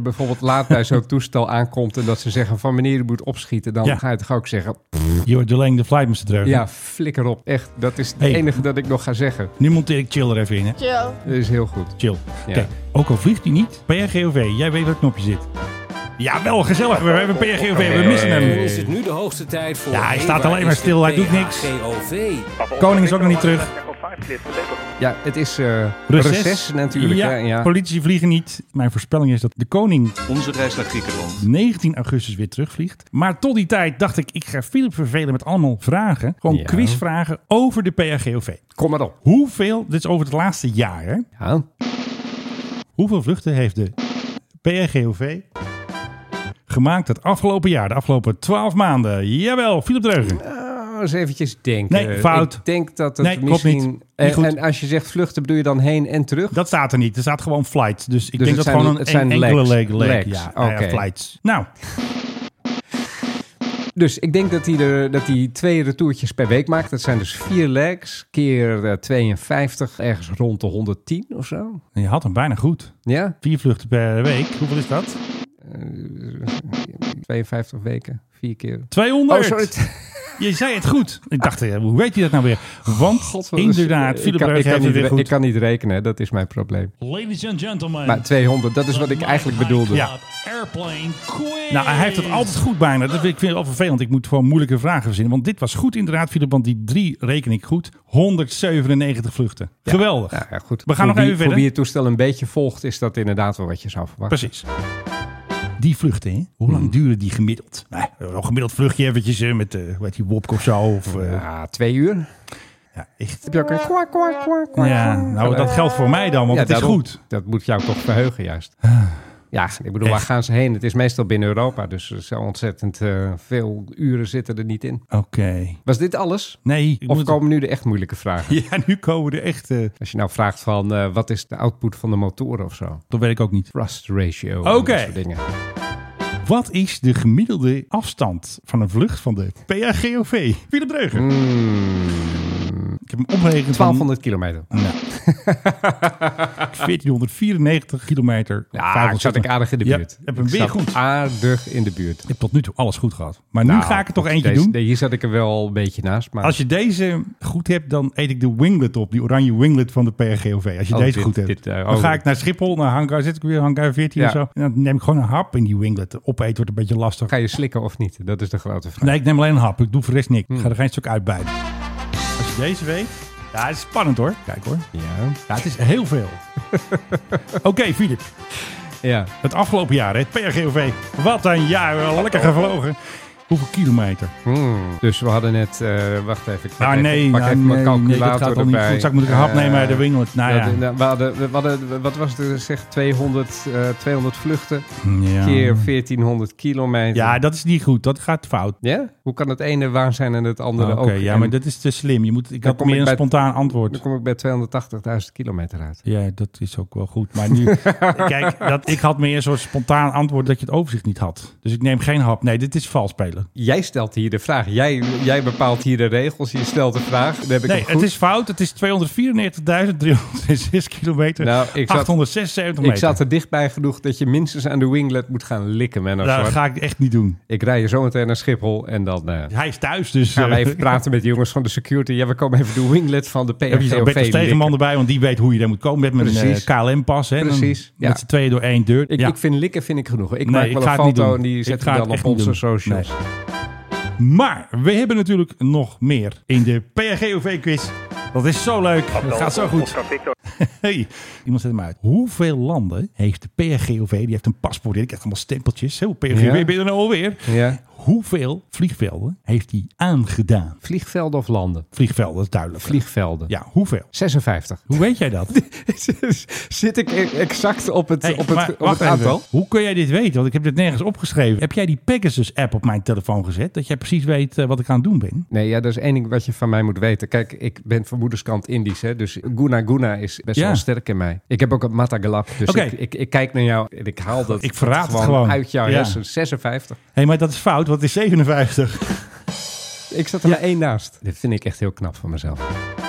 bijvoorbeeld laat bij zo'n toestel aankomt en dat ze zeggen van meneer, u moet opschieten, dan Ja. ga je toch ook zeggen, You're delaying the flight, mister Dreugen. ja, flikker op. Echt, dat is het Hey. enige dat ik nog ga zeggen. Nu monteer ik chill er even in, hè. Chill. Dat is heel goed. Chill. Ja. Kijk, ook al vliegt hij niet, P R G O V, jij weet welk knopje zit. Ja, wel gezellig. We hebben P R G O V, we missen hem. Is het nu de hoogste tijd voor... Ja, hij Hey, staat waar alleen maar is stil, de hij doet niks. P H G O V? Koning is ook nog niet terug. Ja, het is uh, Reces. reces natuurlijk. Ja, hè? Ja. politici vliegen niet. Mijn voorspelling is dat de koning Onze reis naar Griekenland. negentien augustus weer terugvliegt. Maar tot die tijd dacht ik, ik ga Philip vervelen met allemaal vragen. Gewoon Ja. quizvragen over de P R G O V. Kom maar op. Hoeveel, dit is over het laatste jaar, hè? Ja. Hoeveel vluchten heeft de P R G O V gemaakt het afgelopen jaar? De afgelopen twaalf maanden. Jawel, Philip Dreugen. Nou, eens eventjes denken. Nee, fout. Ik denk dat het Nee, klopt misschien... niet. Niet En, goed. en als je zegt vluchten, bedoel je dan heen en terug? Dat staat er niet. Er staat gewoon flights. Dus ik Dus denk het dat zijn- gewoon een, het zijn een enkele legs. leg. leg. Legs. Ja, nou ja, Oké. flights. Nou, Dus ik denk dat hij, er, dat hij twee retourtjes per week maakt. Dat zijn dus vier legs, keer uh, tweeënvijftig, ergens rond de honderdtien of zo. je had hem bijna goed. Ja? Vier vluchten per week. Hoeveel is dat? Uh, tweeënvijftig weken, vier keer. tweehonderd! Oh, sorry. Je zei het goed. Ik dacht, eh, hoe weet je dat nou weer? Want God, wat inderdaad, is- Philip ik, kan, ik, Dreugen kan heeft niet, het weer re- goed. ik kan niet rekenen, dat is mijn probleem. Ladies and gentlemen. Maar tweehonderd, dat is wat ik eigenlijk bedoelde. Ja. Airplane quiz. Nou, hij heeft het altijd goed bijna. Dat vind ik vind het wel vervelend. Ik moet gewoon moeilijke vragen verzinnen. Want dit was goed inderdaad, Philip. Want die drie reken ik goed. honderdzevenennegentig vluchten. Geweldig. Ja, ja, goed. We gaan voor nog wie, even Voor verder. wie het toestel een beetje volgt, is dat inderdaad wel wat je zou verwachten. Precies. Die vluchten, hè? Hoe lang duren die gemiddeld? Nou, een gemiddeld vluchtje eventjes eh, met, uh, hoe heet die, Wopke of zo. Of, uh, Ja, twee uur. ja, echt. Heb je ook een kwak, kwak, kwak, kwak. Ja, nou, dat geldt voor mij dan, want Ja, het is daarom. goed. Dat moet jou toch verheugen, juist. Ja, ik bedoel, waar Echt. gaan ze heen? Het is meestal binnen Europa, dus zo ontzettend uh, veel uren zitten er niet in. Oké. Was dit alles? Nee. Ik Of moet- komen nu de echt moeilijke vragen? Ja, nu komen er echt... Uh, Als je nou vraagt van, uh, wat is de output van de motoren of zo? dat weet ik ook niet. Thrust ratio. Oké. en dat soort dingen. Wat is de gemiddelde afstand van een vlucht van de P R G O V? Philip Dreugen. Mm, Ik heb hem omgerekend van... twaalfhonderd kilometer. Nou. veertienhonderdvierennegentig kilometer. Ja, ik zat ik aardig in de Ja, buurt. heb hem Ik weer zat goed. aardig in de buurt. Ik heb tot nu toe alles goed gehad. Maar nu Nou, ga ik er toch eentje deze- doen. nee, hier zat ik er wel een beetje naast. Maar Als je deze goed hebt, dan eet ik de winglet op. Die oranje winglet van de P R G O V. Als je Oh, deze dit- goed hebt. dit, uh, dan oh. ga ik naar Schiphol, naar hangar. Zit ik weer hangar veertien Ja. of zo. En dan neem ik gewoon een hap in die winglet. Opeten wordt een beetje lastig. ga je slikken of niet? Dat is de grote vraag. Nee, ik neem alleen een hap. Ik doe voor de rest niks. Hmm. Ik ga er geen stuk uitbijten. Als je deze weet... Ja, het is spannend hoor. Kijk hoor. Ja. Ja, het is heel veel. Oké, Philip. Ja. Het afgelopen jaar, hè, het P R G O V. Wat een jaar. Wel lekker gevlogen. Hoeveel kilometer? Hmm. Dus we hadden net... uh, wacht even. Ik pak Nou, even, nee, pak nou, even mijn nee, nee, calculator dat gaat al niet erbij. goed. Straks moet ik een hap nemen uit de winglet. Nou ja. de- nou, we hadden, we hadden, wat was het? Zeg tweehonderd, uh, tweehonderd vluchten Ja. keer veertienhonderd kilometer. Ja, dat is niet goed. Dat gaat fout. Ja? Hoe kan het ene waar zijn en het andere Oké, ook? ja, En maar dat is te slim. Je moet, ik Dan had kom meer ik een bij- spontaan antwoord. Dan kom ik bij tweehonderdtachtigduizend kilometer uit. Ja, dat is ook wel goed. Maar nu, kijk, dat, ik had meer een soort spontaan antwoord dat je het overzicht niet had. Dus ik neem geen hap. Nee, dit is vals spelen. Jij stelt hier de vraag. Jij, jij bepaalt hier de regels. Je stelt de vraag. Dan heb ik Nee, hem goed. het is fout. Het is tweehonderdvierennegentigduizend driehonderdzes kilometer. Nou, ik zat, achthonderdzesenzeventig ik meter. zat er dichtbij genoeg dat je minstens aan de winglet moet gaan likken. Menno Dat Zwart. ga ik echt niet doen. Ik rij je zo meteen naar Schiphol en dan uh, Hij is thuis, dus... gaan we eh, even praten met de jongens van de security. Ja, we komen even de winglet van de P R Heb je G zo'n O Bertel V Stegenman likken. erbij, want die weet hoe je daar moet komen. Met, met een Precies. eh, K L M-pas. Hè, Precies, Dan, ja. Met z'n tweeën door één deur. Ik, ja. ik vind likken vind ik genoeg. Ik Nee, maak ik wel ga een het niet foto doen. en die Ik zet ga ik het dan echt op niet onze doen. socials. Nee. Maar we hebben natuurlijk nog meer in de P R G O V-quiz. Dat is zo leuk. Het gaat zo goed. Hey, iemand zet hem uit. Hoeveel landen heeft de P R G O V? Die heeft een paspoort. Die krijgt allemaal stempeltjes. Heel P R G O V Ja. ben je er nou alweer. Ja. Hoeveel vliegvelden heeft hij aangedaan? Vliegvelden of landen? Vliegvelden, dat is duidelijk. Vliegvelden. Ja, hoeveel? zesenvijftig. Hoe weet jij dat? Zit ik exact op het, Hey, op het, maar op wacht het aantal? even. Hoe kun jij dit weten? Want ik heb dit nergens opgeschreven. Heb jij die Pegasus-app op mijn telefoon gezet? Dat jij precies weet uh, wat ik aan het doen ben? Nee, ja, dat is één ding wat je van mij moet weten. Kijk, ik ben van moederskant Indisch, hè, dus Guna Guna is best Ja. wel sterk in mij. Ik heb ook een Matagalap, dus Oké. ik, ik, ik kijk naar jou en ik haal dat Ik verraad het gewoon, gewoon. uit jouw Ja. hersenen. zesenvijftig. Hé, hey, maar dat is fout, want het is zevenenvijftig. Ik zat er maar één naast. Dit vind ik echt heel knap van mezelf.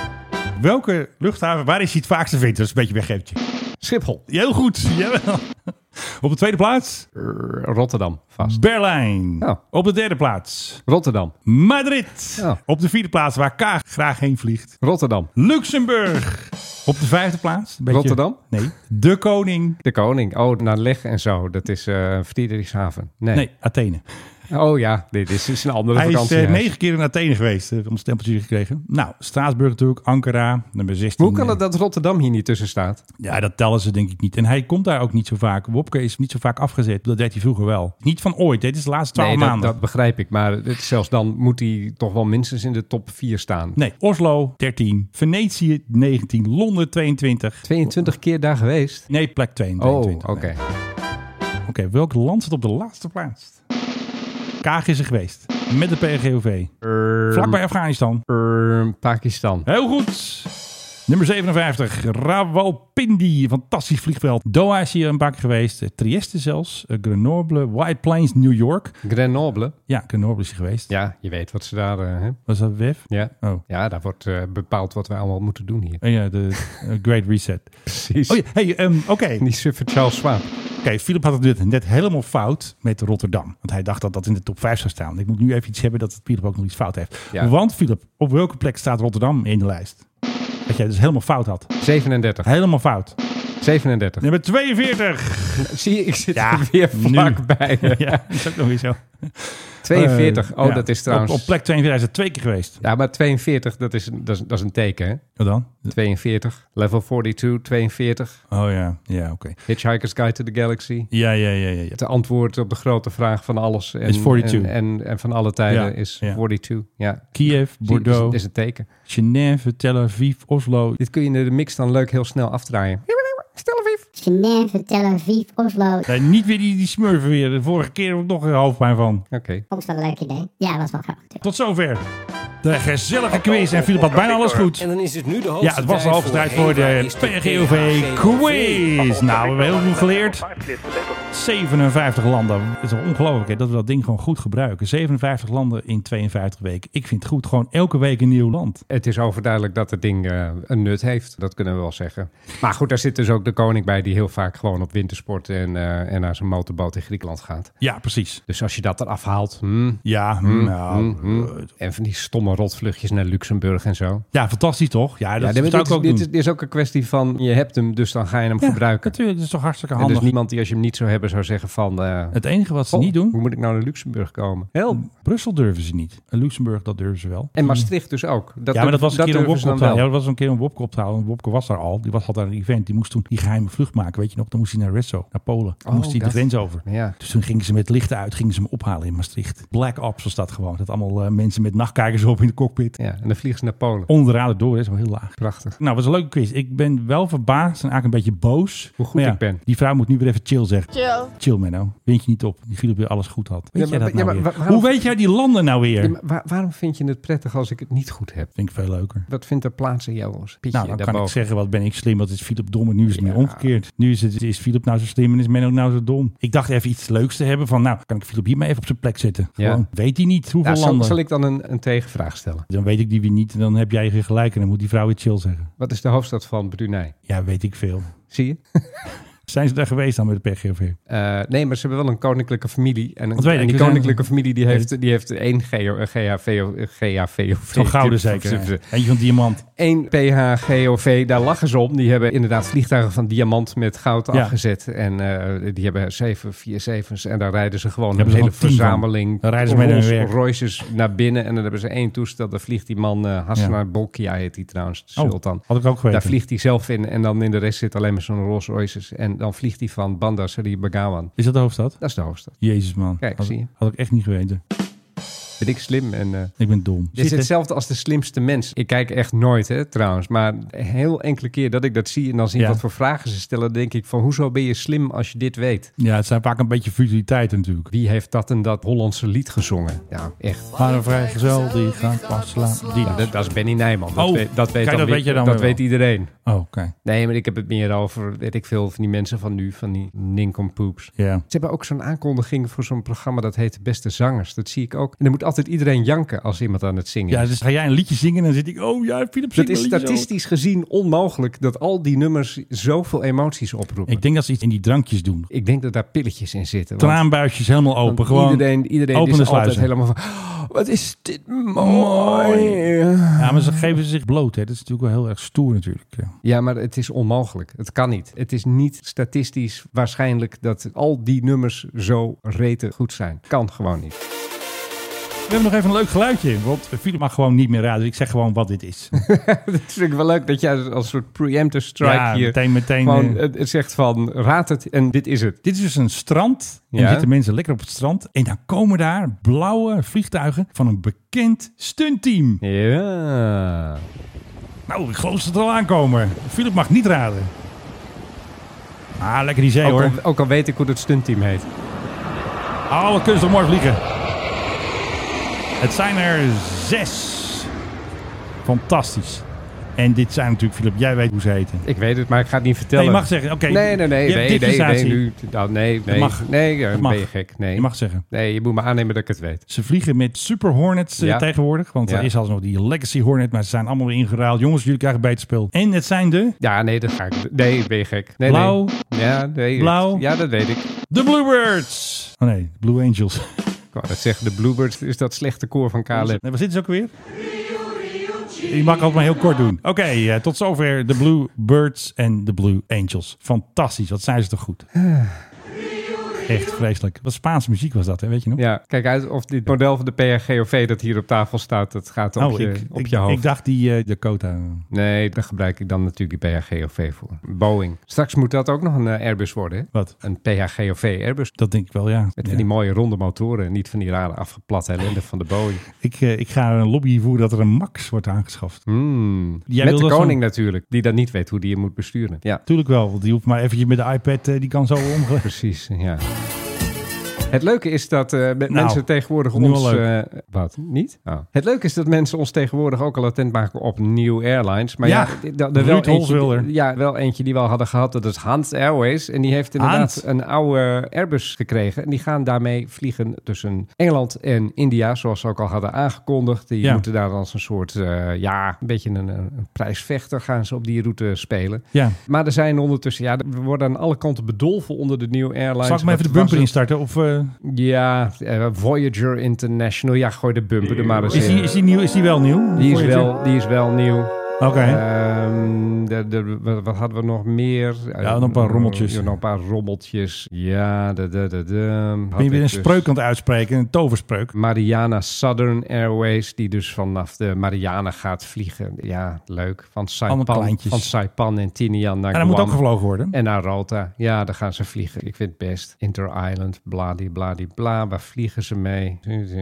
Welke luchthaven, waar is hij het vaakst te vinden? Dat is een beetje een weggevertje. Schiphol. Heel goed, jawel. Op de tweede plaats? Rotterdam, vast. Berlijn. Oh. Op de derde plaats? Rotterdam. Madrid. Oh. Op de vierde plaats, waar Kaag graag heen vliegt? Rotterdam. Luxemburg. Op de vijfde plaats? Beetje... Rotterdam? Nee. De Koning. De Koning. Oh, naar Leg en zo. Dat is uh, Friedrichshaven. Nee. Nee, Athene. Oh ja, dit is, is een andere Hij vakantie. is uh, negen keer in Athene geweest. Uh, om een stempeltje gekregen. Nou, Straatsburg natuurlijk. Ankara, nummer zestien. Hoe kan het dat Rotterdam hier niet tussen staat? Ja, dat tellen ze denk ik niet. En hij komt daar ook niet zo vaak. Wopke is niet zo vaak afgezet. Dat deed hij vroeger wel. Niet van ooit. Dit is de laatste twaalf nee, maanden. Dat, dat begrijp ik. Maar het, zelfs dan moet hij toch wel minstens in de top vier staan. Nee, Oslo dertien. Venetië negentien. Londen tweeëntwintig. tweeëntwintig keer daar geweest? Nee, plek tweeëntwintig. Oh, oké. Okay. Oké, okay, welk land zit op de laatste plaats? Kaag is er geweest. Met de P R G O V. Um, Vlakbij Afghanistan. Um, Pakistan. Heel goed. Nummer zevenenvijftig. Rawalpindi. Fantastisch vliegveld. Doha is hier een paar keer geweest. Trieste zelfs. Grenoble. White Plains, New York. Grenoble? Ja, Grenoble is hier geweest. Ja, je weet wat ze daar uh, hebben. Was dat W E F? Ja. Oh. Ja, daar wordt uh, bepaald wat wij allemaal moeten doen hier. Oh ja, de uh, Great Reset. Precies. Oh ja, hey, um, oké. Okay. Die suffer Charles Schwab. Oké, okay, Philip had het net helemaal fout met Rotterdam. Want hij dacht dat dat in de top vijf zou staan. Ik moet nu even iets hebben dat Philip ook nog iets fout heeft. Ja. Want Philip, op welke plek staat Rotterdam in de lijst? Dat jij dus helemaal fout had. zevenendertig. Helemaal fout. zevenendertig. Nummer tweeënveertig. Zie je, ik zit ja, er weer vlakbij. Ja, dat is ook nog weer zo. tweeënveertig. Oh, uh, ja. Dat is trouwens... Op, op plek tweeënveertig is het twee keer geweest. Ja, maar tweeënveertig, dat is, dat is, dat is een teken, hè? Wat dan? tweeënveertig. Level tweeënwegentig, tweeënveertig. Oh ja, ja, oké. Okay. Hitchhiker's Guide to the Galaxy. Ja, ja, ja, ja. ja. Het antwoord op de grote vraag van alles. En, is tweeënveertig. En, en, en van alle tijden ja, is ja. tweeënveertig. Ja. Kiev, Bordeaux. Is, is een teken. Genève, Tel Aviv, Oslo. Dit kun je in de mix dan leuk heel snel afdraaien. Tel Aviv. Genève, Tel Aviv, Oslo. Nee, niet weer die, die smurfen weer. De vorige keer heb ik nog een hoofdpijn van. Oké. Okay. Vond ik wel een leuk idee. Ja, dat was wel grappig. Tot zover. De gezellige quiz. En Philip had bijna alles goed. En dan is het nu de hoogste Ja, het was de hoogste tijd voor de P R G O V quiz. Nou, we hebben heel veel geleerd. zevenenvijftig landen. Het is wel ongelooflijk hè, dat we dat ding gewoon goed gebruiken. zevenenvijftig landen in tweeënvijftig weken. Ik vind het goed. Gewoon elke week een nieuw land. Het is overduidelijk dat het ding uh, een nut heeft. Dat kunnen we wel zeggen. Maar goed, daar zit dus ook de koning bij die heel vaak gewoon op wintersport en, uh, en naar zijn motorboot in Griekenland gaat. Ja, precies. Dus als je dat eraf haalt. Hmm, ja, hmm, nou, hmm, hmm. En van die stomme rotvluchtjes naar Luxemburg en zo. Ja, fantastisch toch? Ja, dat ja, dit, dit, ook dit, is, dit is ook een kwestie van je hebt hem, dus dan ga je hem ja, gebruiken. Natuurlijk, dat is toch hartstikke en handig. dus niemand die als je hem niet zou hebben zou zeggen van... Uh, het enige wat ze oh, niet doen... Hoe moet ik nou naar Luxemburg komen? Help. Brussel durven ze niet. En Luxemburg, dat durven ze wel. En Maastricht dus ook. Dat ja, maar dat was een keer een Wopke optaal. Ja, dat was een keer een Wopke optaal. Wopke was daar al. Die was had daar een event. Die moest toen die geheime vlucht maken. Weet je nog? Dan moest hij naar Resso, naar Polen. Dan oh, moest hij de grens over. Ja. Dus toen gingen ze met lichten uit, gingen ze hem ophalen in Maastricht. Black Ops was dat gewoon. Dat allemaal uh, mensen met nachtkijkers op in de cockpit. Ja, en dan vliegen ze naar Polen. Onder de radar door, is wel heel laag. Prachtig. Nou, was een leuke quiz. Ik ben wel verbaasd en eigenlijk een beetje boos. Hoe goed ja, ik ben. Die vrouw moet nu weer even chill zeggen. Chill. Chill, Menno. Weet je niet op. Die Philip weer alles goed had. Weet ja, jij maar, dat nou ja, weer? maar, waarom, Hoe weet jij die landen nou weer? Ja, maar waar, waarom vind je het prettig als ik het niet goed heb? Vind ik veel leuker. Wat vindt er plaats in jou? Pietje, nou, dan daarboven. kan ik zeggen, wat ben ik slim, wat is Philip dom en nu is het ja. nu omgekeerd. Nu is het, is Philip nou zo slim en is Menno nou zo dom. Ik dacht even iets leuks te hebben van, nou, kan ik Philip hier maar even op zijn plek zetten. Gewoon, ja. Weet hij niet hoeveel ja, landen. Zal, zal ik dan een, een tegenvraag stellen? Dan weet ik die weer niet en dan heb jij je gelijk en dan moet die vrouw weer chill zeggen. Wat is de hoofdstad van Brunei? Ja, weet ik veel. Zie je? Zijn ze daar geweest dan met de P G O V? Uh, nee, maar ze hebben wel een koninklijke familie. En, een, weet en ik, die koninklijke zijn... familie die heeft, die heeft één G H V O V. Zo'n gouden zeker. Eentje van diamant. Eén P H G O V, daar lachen ze om. Die hebben inderdaad vliegtuigen van diamant met goud ja. afgezet. En uh, die hebben zeven vierenzevens. En daar rijden ze gewoon een hele verzameling Rolls Royces naar binnen. En dan hebben ze één toestel. Daar vliegt die man, uh, Hassan ja. Bolkiah heet die trouwens. De sultan. Oh, had ik ook geweten. Daar vliegt hij zelf in. En dan in de rest zit alleen maar zo'n Rolls Royces. En dan vliegt hij van Bandar Seri Begawan. Is dat de hoofdstad? Dat is de hoofdstad. Jezus man. Kijk, had, zie je. Had ik echt niet geweten. Ben ik slim en... Uh, ik ben dom. Dit is hetzelfde als de slimste mens. Ik kijk echt nooit, hè, trouwens. Maar heel enkele keer dat ik dat zie en dan zie ja. wat voor vragen ze stellen, denk ik van, hoezo ben je slim als je dit weet? Ja, het zijn vaak een beetje futiliteit natuurlijk. Wie heeft dat en dat Hollandse lied gezongen? Ja, echt. Maar een vrijgezel die gaat pas slaan. Die ja, dat, dat is Benny Nijman. Dat oh, weet, dat weet, kijk, dan dat weet je dan Dat wel. weet iedereen. Oh, oké. Okay. Nee, maar ik heb het meer over, weet ik veel, van die mensen van nu, van die nincompoops. Ja. Ze hebben ook zo'n aankondiging voor zo'n programma dat heet Beste Zangers. Dat zie ik ook. En er moet altijd altijd iedereen janken als iemand aan het zingen Ja, is. dus ga jij een liedje zingen en dan zit ik... Oh ja, Philip Dat zingt is een liedje zo. statistisch gezien onmogelijk dat al die nummers zoveel emoties oproepen. Ik denk dat ze iets in die drankjes doen. Ik denk dat daar pilletjes in zitten. want- Traanbuisjes helemaal open. want Gewoon iedereen iedereen open is de altijd sluizen. helemaal van... "Oh, wat is dit mooi. Ja, maar ze geven zich bloot. Hè. Dat is natuurlijk wel heel erg stoer natuurlijk. Ja. Ja, maar het is onmogelijk. Het kan niet. Het is niet statistisch waarschijnlijk dat al die nummers zo rete goed zijn. Kan gewoon niet. We hebben nog even een leuk geluidje. Want Philip mag gewoon niet meer raden. Dus ik zeg gewoon wat dit is. Dat vind ik wel leuk dat jij als soort preemptive strike Ja, hier meteen, meteen. gewoon, eh, het, het zegt van raad het en dit is het. Dit is dus een strand. En Ja. er zitten mensen lekker op het strand. En dan komen daar blauwe vliegtuigen van een bekend stuntteam. Ja. Nou, ik geloof dat ze er al aankomen. Philip mag niet raden. Ah, lekker die zee Ook hoor. al, ook al weet ik hoe dat stuntteam heet. Oh, wat kunnen ze toch mooi vliegen. Het zijn er zes. Fantastisch. En dit zijn natuurlijk, Philip, jij weet hoe ze heten. Ik weet het, maar ik ga het niet vertellen. Nee, je mag zeggen, oké. Nee, nee, nee, je hebt nee, nee, nee, differentiatie. nu, nou, nee, nee, mag. nee, ja, Dat dan mag. ben je gek. Nee. Je mag zeggen. Nee, je moet me aannemen dat ik het weet. Ze vliegen met Super Hornets eh, Ja. tegenwoordig. Want Ja. er is al nog die Legacy Hornet, maar ze zijn allemaal weer ingeruild. Jongens, jullie krijgen beter speel. En het zijn de... Ja, nee, dat ga ik. Nee, ben je gek. Nee, Blauw. Nee. Ja, nee. Blauw. Ja, dat weet ik. De Bluebirds. Oh nee, Blue Angels. Ik wou dat zeggen, de Bluebirds is dat slechte koor van K L M. Nee, waar zitten ze ook weer? Je mag altijd maar heel kort doen. Oké, eh, tot zover de Blue Birds en de Blue Angels. Fantastisch, wat zijn ze toch goed. Echt vreselijk. Wat Spaanse muziek was dat, hè? Weet je nog? Ja, kijk uit of dit model van de P R G O V dat hier op tafel staat, dat gaat op, oh, je, ik, op ik, je hoofd. ik dacht die uh, Dakota. Nee, daar gebruik ik dan natuurlijk die P H G O V voor. Boeing. Straks moet dat ook nog een uh, Airbus worden, hè? Wat? Een P H G O V Airbus. Dat denk ik wel, ja. Met ja. van die mooie ronde motoren. Niet van die rare afgeplatte ellende van de Boeing. Ik, uh, ik ga een lobby voeren dat er een Max wordt aangeschaft. Hmm. Jij Met wil de dat koning zo... natuurlijk. Die dan niet weet hoe die je moet besturen. Ja, Tuurlijk wel, want die hoeft maar eventjes met de iPad, uh, die kan zo omgaan. precies. Ja. Het leuke is dat uh, nou, mensen tegenwoordig nu ons... al Uh, wat? Niet? Oh. Het leuke is dat mensen ons tegenwoordig ook al attent maken op New Airlines. Maar ja, ja er, er wel, eentje, ja wel eentje die we al hadden gehad. Dat is Hans Airways. En die heeft inderdaad Hans. een oude Airbus gekregen. En die gaan daarmee vliegen tussen Engeland en India. Zoals ze ook al hadden aangekondigd. Die ja. moeten daar als een soort... Uh, ja, een beetje een, een prijsvechter gaan ze op die route spelen. Ja. Maar er zijn ondertussen... Ja, we worden aan alle kanten bedolven onder de New Airlines. Zal ik maar even de bumper instarten? Of... Uh... Ja, uh, Voyager International. Ja, gooi de bumper er maar eens is die, in. Is die nieuw? Is die wel nieuw? Die is wel, die is wel nieuw. Oké. Okay. Um, de, de, wat hadden we nog meer? Ja, nog een paar rommeltjes. Ja, nog een paar rommeltjes. Ja, de, de, de, de. Ben je weer een dus spreuk aan het uitspreken? Een toverspreuk? Mariana Southern Airways, die dus vanaf de Mariana gaat vliegen. Ja, leuk. Van Saipan, van Saipan en Tinian naar Guam. En dat moet ook gevlogen worden. En naar Rota. Ja, daar gaan ze vliegen. Ik vind het best. Inter-Island, bladibladibla. Waar vliegen ze mee?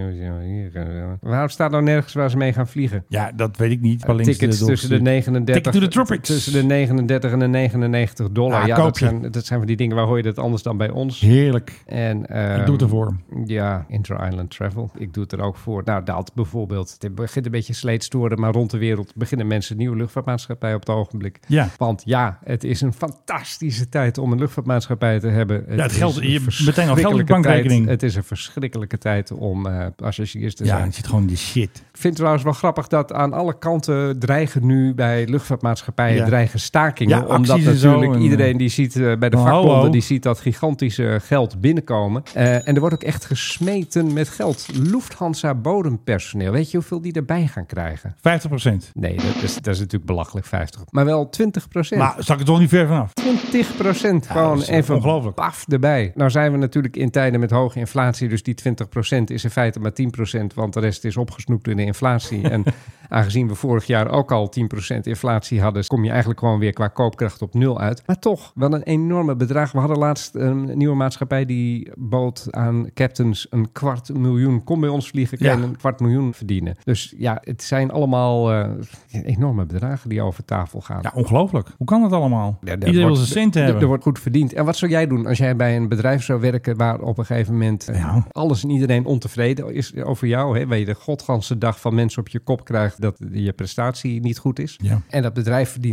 Waarom staat nou nergens waar ze mee gaan vliegen? Ja, dat weet ik niet. Uh, tickets tussen de negenendertig, to the tropics. tussen de negenendertig en de negenennegentig dollar. Ah, ja, dat zijn, dat zijn van die dingen. Waar hoor je dat anders dan bij ons? Heerlijk. En, um, ik doe het ervoor. Ja, Inter-Island Travel. Ik doe het er ook voor. Nou, dat bijvoorbeeld. Het begint een beetje sleets te worden, maar rond de wereld beginnen mensen nieuwe luchtvaartmaatschappij op het ogenblik. Ja. Want ja, het is een fantastische tijd om een luchtvaartmaatschappij te hebben. Het ja, het geldt. Je hebt meteen al geld op je bankrekening. Het is een verschrikkelijke tijd om uh, passagiers te ja, zijn. Ja, het zit gewoon in die shit. Ik vind het trouwens wel grappig dat aan alle kanten dreigen nu bij luchtvaartmaatschappijen ja. dreigen stakingen. Ja, omdat natuurlijk en, iedereen die ziet uh, bij de oh, vakbonden, oh, oh. die ziet dat gigantische geld binnenkomen. Uh, en er wordt ook echt gesmeten met geld. Lufthansa bodempersoneel. Weet je hoeveel die erbij gaan krijgen? vijftig procent. Nee, dat is, dat is natuurlijk belachelijk vijftig. Maar wel twintig procent. Nou, zak ik toch niet ver vanaf. twintig procent. Ja, gewoon even ongelooflijk. paf erbij. Nou zijn we natuurlijk in tijden met hoge inflatie. Dus die twintig procent is in feite maar tien procent. Want de rest is opgesnoept in de inflatie. En aangezien we vorig jaar ook al tien procent inflatie hadden, kom je eigenlijk gewoon weer qua koopkracht op nul uit. Maar toch, wel een enorme bedrag. We hadden laatst een nieuwe maatschappij die bood aan captains een kwart miljoen. Kom bij ons vliegen, kan je ja. een kwart miljoen verdienen. Dus ja, het zijn allemaal uh, enorme bedragen die over tafel gaan. Ja, ongelooflijk. Hoe kan dat allemaal? Ja, Iedereen wil zijn centen hebben. Er wordt goed verdiend. En wat zou jij doen als jij bij een bedrijf zou werken waar op een gegeven moment ja. alles en iedereen ontevreden is over jou, hè? Waar je de godganse dag van mensen op je kop krijgt dat je prestatie niet goed is. Ja. En dat bedrijf verdient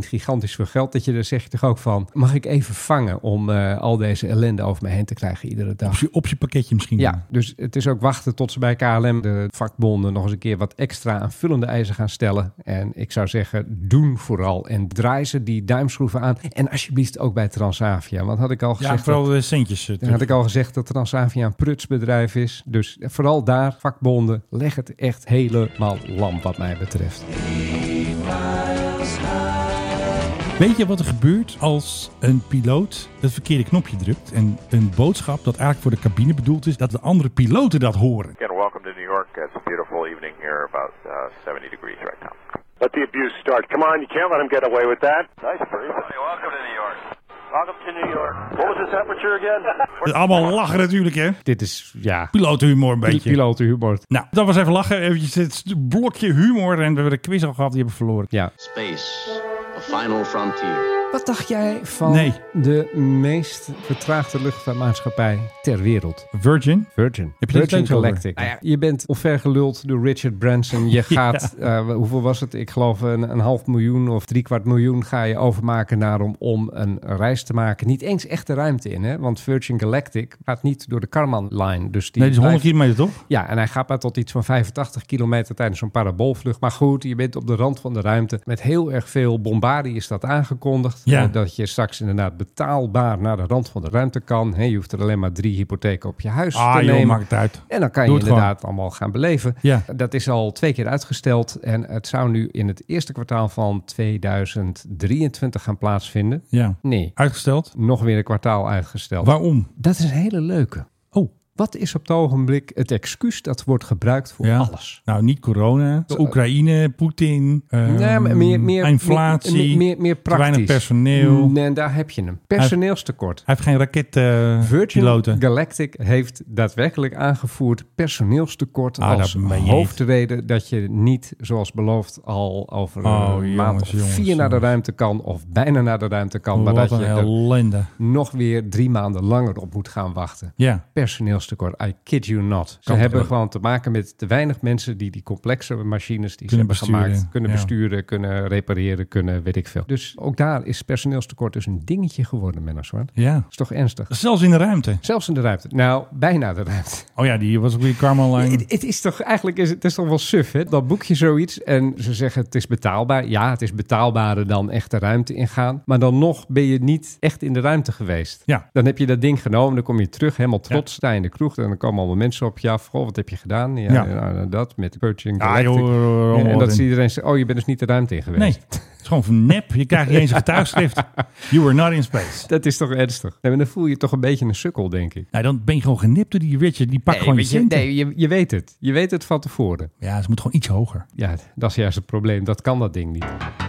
verdient gigantisch veel geld. Dat je, daar zeg je toch ook van, mag ik even vangen om uh, al deze ellende over me heen te krijgen iedere dag? Op je, op je pakketje misschien. Ja, dus het is ook wachten tot ze bij K L M, de vakbonden, nog eens een keer wat extra aanvullende eisen gaan stellen. En ik zou zeggen, doen vooral. En draai ze die duimschroeven aan. En alsjeblieft ook bij Transavia. Want had ik al gezegd... Ja, vooral dat, de centjes. Uh, dan had ik al gezegd dat Transavia een prutsbedrijf is. Dus vooral daar, vakbonden, leg het echt helemaal lam wat mij betreft. Weet je wat er gebeurt als een piloot het verkeerde knopje drukt en een boodschap dat eigenlijk voor de cabine bedoeld is, dat de andere piloten dat horen? Again, welcome to New York. It's a beautiful evening here, about uh, seventy degrees right now. Let the abuse start. Come on, you can't let him get away with that. Nice breeze. Welcome to New York. Welcome to New York. What was the temperature again? Allemaal lachen natuurlijk, hè? Dit is, ja... Pilotenhumor een beetje. Pilotenhumor. Nou, dat was even lachen. Eventjes het blokje humor. En we hebben de quiz al gehad, die hebben we verloren. Ja. Space, a final frontier. Wat dacht jij van nee. de meest vertraagde luchtvaartmaatschappij ter wereld? Virgin? Virgin. Heb je Virgin dat Galactic. Nou ja, je bent onvergeluld door Richard Branson. Je gaat, ja. uh, hoeveel was het? Ik geloof een, een half miljoen of driekwart miljoen ga je overmaken naar om, om een reis te maken. Niet eens echt de ruimte in, hè? Want Virgin Galactic gaat niet door de Karman-line. Dus die nee, die is honderd kilometer toch? Ja, en hij gaat maar tot iets van vijfentachtig kilometer tijdens zo'n paraboolvlucht. Maar goed, je bent op de rand van de ruimte. Met heel erg veel bombardie is dat aangekondigd. Ja. Dat je straks inderdaad betaalbaar naar de rand van de ruimte kan. He, je hoeft er alleen maar drie hypotheken op je huis ah, te joh, nemen. Maakt het uit. En dan kan Doe je het inderdaad gewoon. allemaal gaan beleven. Ja. Dat is al twee keer uitgesteld. En het zou nu in het eerste kwartaal van tweeduizend drieëntwintig gaan plaatsvinden. Ja. Nee. Uitgesteld? Nog weer een kwartaal uitgesteld. Waarom? Dat is een hele leuke. Oh. Wat is op het ogenblik het excuus dat wordt gebruikt voor ja. alles? Nou, niet corona, Oekraïne, Poetin, um, nee, maar meer, meer, inflatie, meer, meer, meer praktisch. te weinig personeel. Nee, daar heb je hem. Personeelstekort. Hij heeft geen raketpiloten. Uh, Virgin Galactic heeft daadwerkelijk aangevoerd personeelstekort ah, als hoofdreden dat je niet, zoals beloofd, al over oh, een jongens, maand of jongens, vier jongens. naar de ruimte kan of bijna naar de ruimte kan. Oh, maar dat een je ellende. er nog weer drie maanden langer op moet gaan wachten. Ja. Personeelstekort. I kid you not. Ze Kan hebben wel. gewoon te maken met te weinig mensen die die complexe machines die Kunnen ze hebben besturen, gemaakt kunnen ja. besturen, kunnen repareren, kunnen weet ik veel. Dus ook daar is personeelstekort dus een dingetje geworden, Menno Zwart. Ja. Dat is toch ernstig? Zelfs in de ruimte. Zelfs in de ruimte. Nou, bijna de ruimte. Oh ja, die was ook weer Karman-line. Het, het is toch eigenlijk is het, het is toch wel suf, hè? Dan boek je zoiets en ze zeggen het is betaalbaar. Ja, het is betaalbaarder dan echt de ruimte ingaan. Maar dan nog ben je niet echt in de ruimte geweest. Ja. Dan heb je dat ding genomen, dan kom je terug, helemaal trots, ja. sta je in de kroeg. En dan komen allemaal mensen op je af. Goh, wat heb je gedaan? Ja, Ja. Nou, dat met Virgin Ja, Galactic. joh, joh, joh, en, en dat joh. ze iedereen zegt, oh, je bent dus niet de ruimte in geweest. Nee, het is gewoon van nep. Je krijgt niet eens een getuigschrift. You were not in space. Dat is toch ernstig? Nee, maar dan voel je toch een beetje een sukkel, denk ik. Nou, dan ben je gewoon genipt door die Richard. Die pakt Nee, gewoon je weet je, centen. nee je, je weet het. Je weet het van tevoren. Ja, ze moet gewoon iets hoger. Ja, dat is juist het probleem. Dat kan dat ding niet.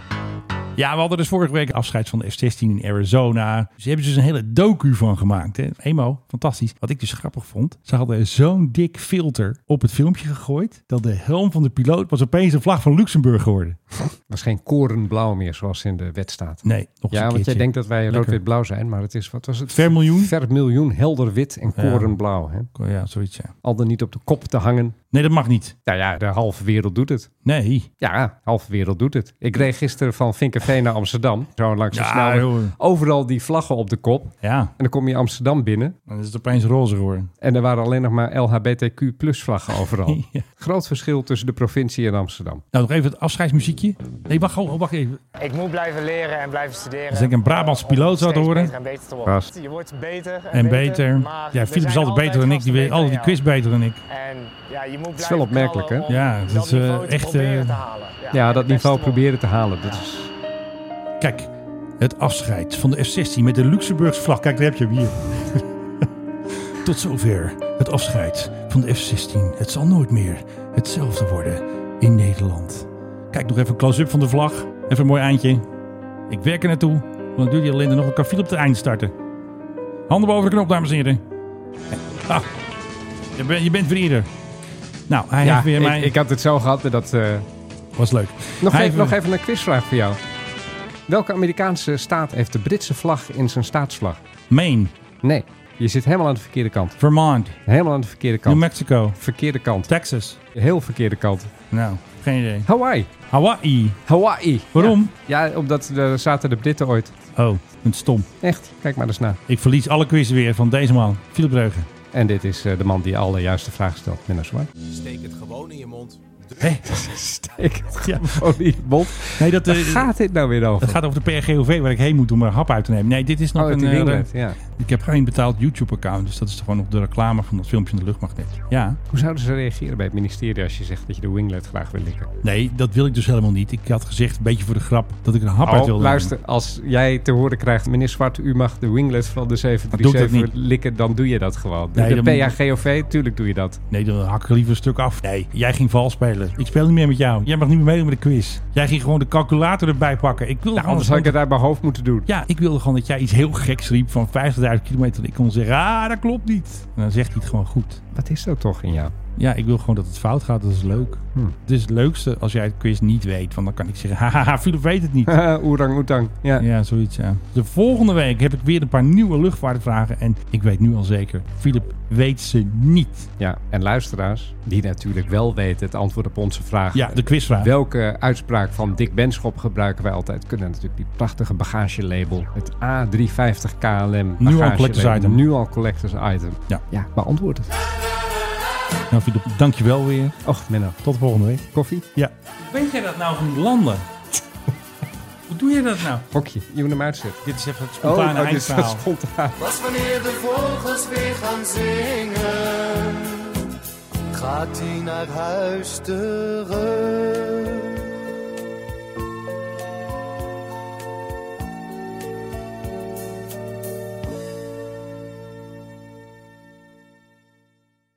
Ja, we hadden dus vorige week afscheid van de F zestien in Arizona. Ze hebben dus een hele docu van gemaakt. Hè? Emo, fantastisch. Wat ik dus grappig vond. Ze hadden zo'n dik filter op het filmpje gegooid. Dat de helm van de piloot was opeens een vlag van Luxemburg geworden. Het was geen korenblauw meer zoals in de wet staat. Nee, nog Ja, een want jij keertje. denkt dat wij Lekker. rood-wit-blauw zijn. Maar het is, wat was het? Vermiljoen? Vermiljoen, helder wit en Ja. korenblauw. Hè? Ja, zoiets, ja. Al dan niet op de kop te hangen. Nee, dat mag niet. Nou ja, de halve wereld doet het. Nee. Ja, de halve wereld doet het. Ik reed gisteren van Vinkenveen naar Amsterdam. Zo langs de Ja, snelweg. joh. Overal die vlaggen op de kop. Ja. En dan kom je Amsterdam binnen. Dan is het opeens roze geworden. En er waren alleen nog maar L H B T Q plus vlaggen overal. Ja. Groot verschil tussen de provincie en Amsterdam. Nou, nog even het afscheidsmuziekje. Nee, wacht, oh, wacht even. Ik moet blijven leren en blijven studeren. Als ik een Brabantse piloot zou horen. Beter en beter te worden. Vast. Je wordt beter en, En beter. maar Ja, er Philip is zijn altijd beter dan ik. Die weet altijd die quiz beter dan ik. En ja, je moet Het is wel opmerkelijk, hè? Ja, dat is uh, echt... Uh, ja, dat niveau proberen te halen. Dat is... Kijk, het afscheid van de F zestien met de Luxemburgse vlag. Kijk, daar heb je hem hier. Tot zover het afscheid van de F zestien. Het zal nooit meer hetzelfde worden in Nederland. Kijk nog even een close-up van de vlag. Even een mooi eindje. Ik werk er naartoe. Want dan doe je alleen nog een kaffiel op het eind starten. Handen boven de knop, dames en heren. Ah, je, ben, je bent weer eerder. Nou, hij ja, heeft weer ik, mij... ik had het zo gehad en dat... Uh... was leuk. Nog, hij even, heeft... nog even een quizvraag voor jou. Welke Amerikaanse staat heeft de Britse vlag in zijn staatsvlag? Maine. Nee. Je zit helemaal aan de verkeerde kant. Vermont. Helemaal aan de verkeerde kant. New Mexico. Verkeerde kant. Texas. Heel verkeerde kant. Nou, geen idee. Hawaii. Hawaii. Hawaii. Waarom? Ja, ja omdat er zaten de Britten ooit. Oh, het is stom. Echt, kijk maar eens na. Ik verlies alle quizzen weer van deze man. Philip Breugen. En dit is uh, de man die alle juiste vragen stelt. Menno Zwart. Steek het gewoon in je mond. Hé, steek het ja. gewoon in je mond. Nee, dat, Waar uh, gaat dit nou weer over? Het gaat over de P R G O V waar ik heen moet om een hap uit te nemen. Nee, dit is nog oh, een... die winglet, uh, ja. Ik heb geen betaald YouTube-account, dus dat is gewoon nog de reclame van dat filmpje in de luchtmagneet. Ja. Hoe zouden ze reageren bij het ministerie als je zegt dat je de winglet graag wil likken? Nee, dat wil ik dus helemaal niet. Ik had gezegd, een beetje voor de grap, dat ik een hap oh, uit wilde luister, nemen. als jij te horen krijgt, meneer Zwart, u mag de winglet van de zeven drie zeven likken, dan doe je dat gewoon. De, nee, de P H G O V, tuurlijk doe je dat. Nee, dan hak ik liever een stuk af. Nee, jij ging vals spelen. Ik speel niet meer met jou. Jij mag niet meer meedoen met de quiz. Jij ging gewoon de calculator erbij pakken. Ik wilde nou, anders had ik het uit mijn hoofd moeten doen. Ja, ik wilde gewoon dat jij iets heel geks riep van vijftigduizend kilometer. Ik kon zeggen, ah, dat klopt niet. En dan zegt hij het gewoon goed. Wat is dat toch in jou? Ja, ik wil gewoon dat het fout gaat. Dat is leuk. Hm. Het is het leukste als jij het quiz niet weet. Want dan kan ik zeggen, haha, Philip weet het niet. Oerang-oetang. Ja. ja, zoiets, ja. De volgende week heb ik weer een paar nieuwe luchtvaartvragen. En ik weet nu al zeker, Philip weet ze niet. Ja, en luisteraars, die natuurlijk wel weten het antwoord op onze vraag. Ja, de quizvraag. Welke uitspraak van Dick Benschop gebruiken wij altijd? Kunnen natuurlijk die prachtige bagagelabel. Het A driehonderdvijftig K L M Nu al collectors item. Nu al collectors item. Ja. Ja, beantwoord het. Nou, Philip, dankjewel weer. Och, Menno. Tot de volgende week. Koffie? Ja. Weet jij dat nou van die landen? Hoe doe je dat nou? Hokje, je moet hem uitzetten. Dit is even het spontane oh, oh, eindverhaal. Dit is spontaan. Pas wanneer de vogels weer gaan zingen, gaat hij naar huis terug.